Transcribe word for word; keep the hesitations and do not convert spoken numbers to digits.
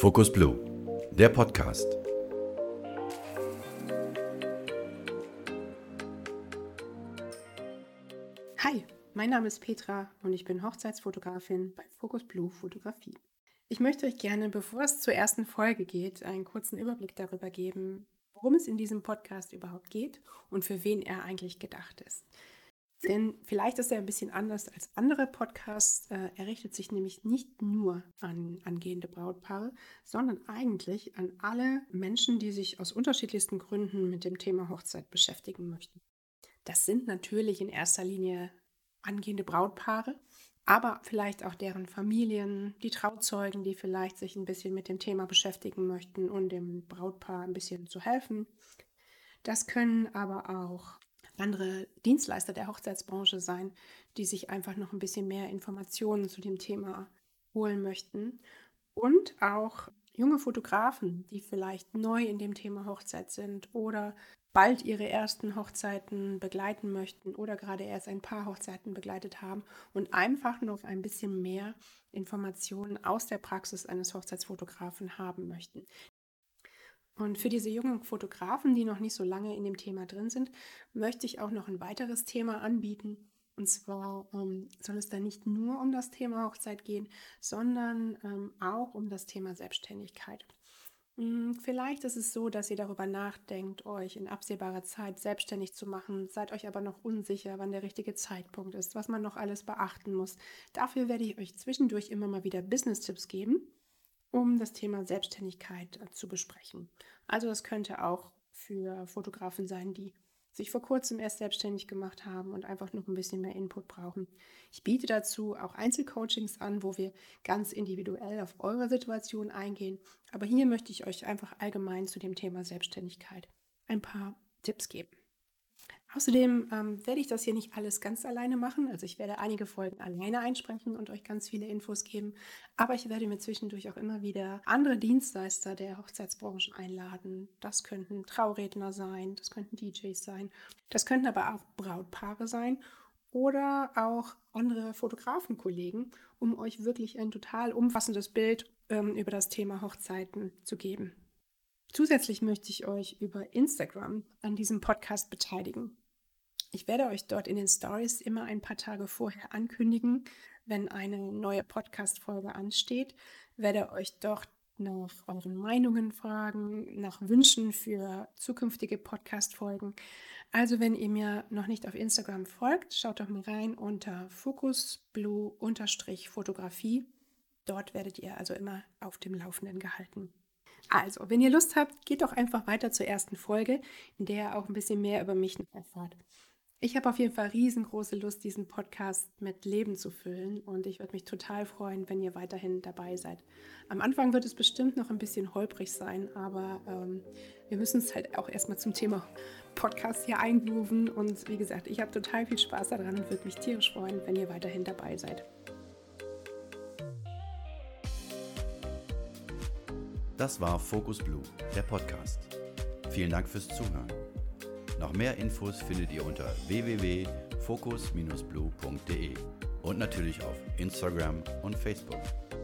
Focus Blue, der Podcast. Hi, mein Name ist Petra und ich bin Hochzeitsfotografin bei Focus Blue Fotografie. Ich möchte euch gerne, bevor es zur ersten Folge geht, einen kurzen Überblick darüber geben, worum es in diesem Podcast überhaupt geht und für wen er eigentlich gedacht ist. Denn vielleicht ist er ein bisschen anders als andere Podcasts. Er richtet sich nämlich nicht nur an angehende Brautpaare, sondern eigentlich an alle Menschen, die sich aus unterschiedlichsten Gründen mit dem Thema Hochzeit beschäftigen möchten. Das sind natürlich in erster Linie angehende Brautpaare, aber vielleicht auch deren Familien, die Trauzeugen, die vielleicht sich ein bisschen mit dem Thema beschäftigen möchten und dem Brautpaar ein bisschen zu helfen. Das können aber auch andere Dienstleister der Hochzeitsbranche sein, die sich einfach noch ein bisschen mehr Informationen zu dem Thema holen möchten. Und auch junge Fotografen, die vielleicht neu in dem Thema Hochzeit sind oder bald ihre ersten Hochzeiten begleiten möchten oder gerade erst ein paar Hochzeiten begleitet haben und einfach noch ein bisschen mehr Informationen aus der Praxis eines Hochzeitsfotografen haben möchten. Und für diese jungen Fotografen, die noch nicht so lange in dem Thema drin sind, möchte ich auch noch ein weiteres Thema anbieten. Und zwar ähm, soll es da nicht nur um das Thema Hochzeit gehen, sondern ähm, auch um das Thema Selbstständigkeit. Hm, vielleicht ist es so, dass ihr darüber nachdenkt, euch in absehbarer Zeit selbstständig zu machen, seid euch aber noch unsicher, wann der richtige Zeitpunkt ist, was man noch alles beachten muss. Dafür werde ich euch zwischendurch immer mal wieder Business-Tipps geben, um das Thema Selbstständigkeit äh, zu besprechen. Also das könnte auch für Fotografen sein, die sich vor kurzem erst selbstständig gemacht haben und einfach noch ein bisschen mehr Input brauchen. Ich biete dazu auch Einzelcoachings an, wo wir ganz individuell auf eure Situation eingehen. Aber hier möchte ich euch einfach allgemein zu dem Thema Selbstständigkeit ein paar Tipps geben. Außerdem ähm, werde ich das hier nicht alles ganz alleine machen. Also ich werde einige Folgen alleine einsprechen und euch ganz viele Infos geben. Aber ich werde mir zwischendurch auch immer wieder andere Dienstleister der Hochzeitsbranche einladen. Das könnten Trauredner sein, das könnten D Js sein, das könnten aber auch Brautpaare sein oder auch andere Fotografenkollegen, um euch wirklich ein total umfassendes Bild ähm, über das Thema Hochzeiten zu geben. Zusätzlich möchte ich euch über Instagram an diesem Podcast beteiligen. Ich werde euch dort in den Stories immer ein paar Tage vorher ankündigen, wenn eine neue Podcast-Folge ansteht, werde euch dort nach euren Meinungen fragen, nach Wünschen für zukünftige Podcast-Folgen. Also wenn ihr mir noch nicht auf Instagram folgt, schaut doch mal rein unter focusblue-fotografie. Dort werdet ihr also immer auf dem Laufenden gehalten. Also, wenn ihr Lust habt, geht doch einfach weiter zur ersten Folge, in der ihr auch ein bisschen mehr über mich erfahrt. Ich habe auf jeden Fall riesengroße Lust, diesen Podcast mit Leben zu füllen und ich würde mich total freuen, wenn ihr weiterhin dabei seid. Am Anfang wird es bestimmt noch ein bisschen holprig sein, aber ähm, wir müssen es halt auch erstmal zum Thema Podcast hier eingrooven und wie gesagt, ich habe total viel Spaß daran und würde mich tierisch freuen, wenn ihr weiterhin dabei seid. Das war Focus Blue, der Podcast. Vielen Dank fürs Zuhören. Noch mehr Infos findet ihr unter w w w punkt focus Bindestrich blue punkt d e und natürlich auf Instagram und Facebook.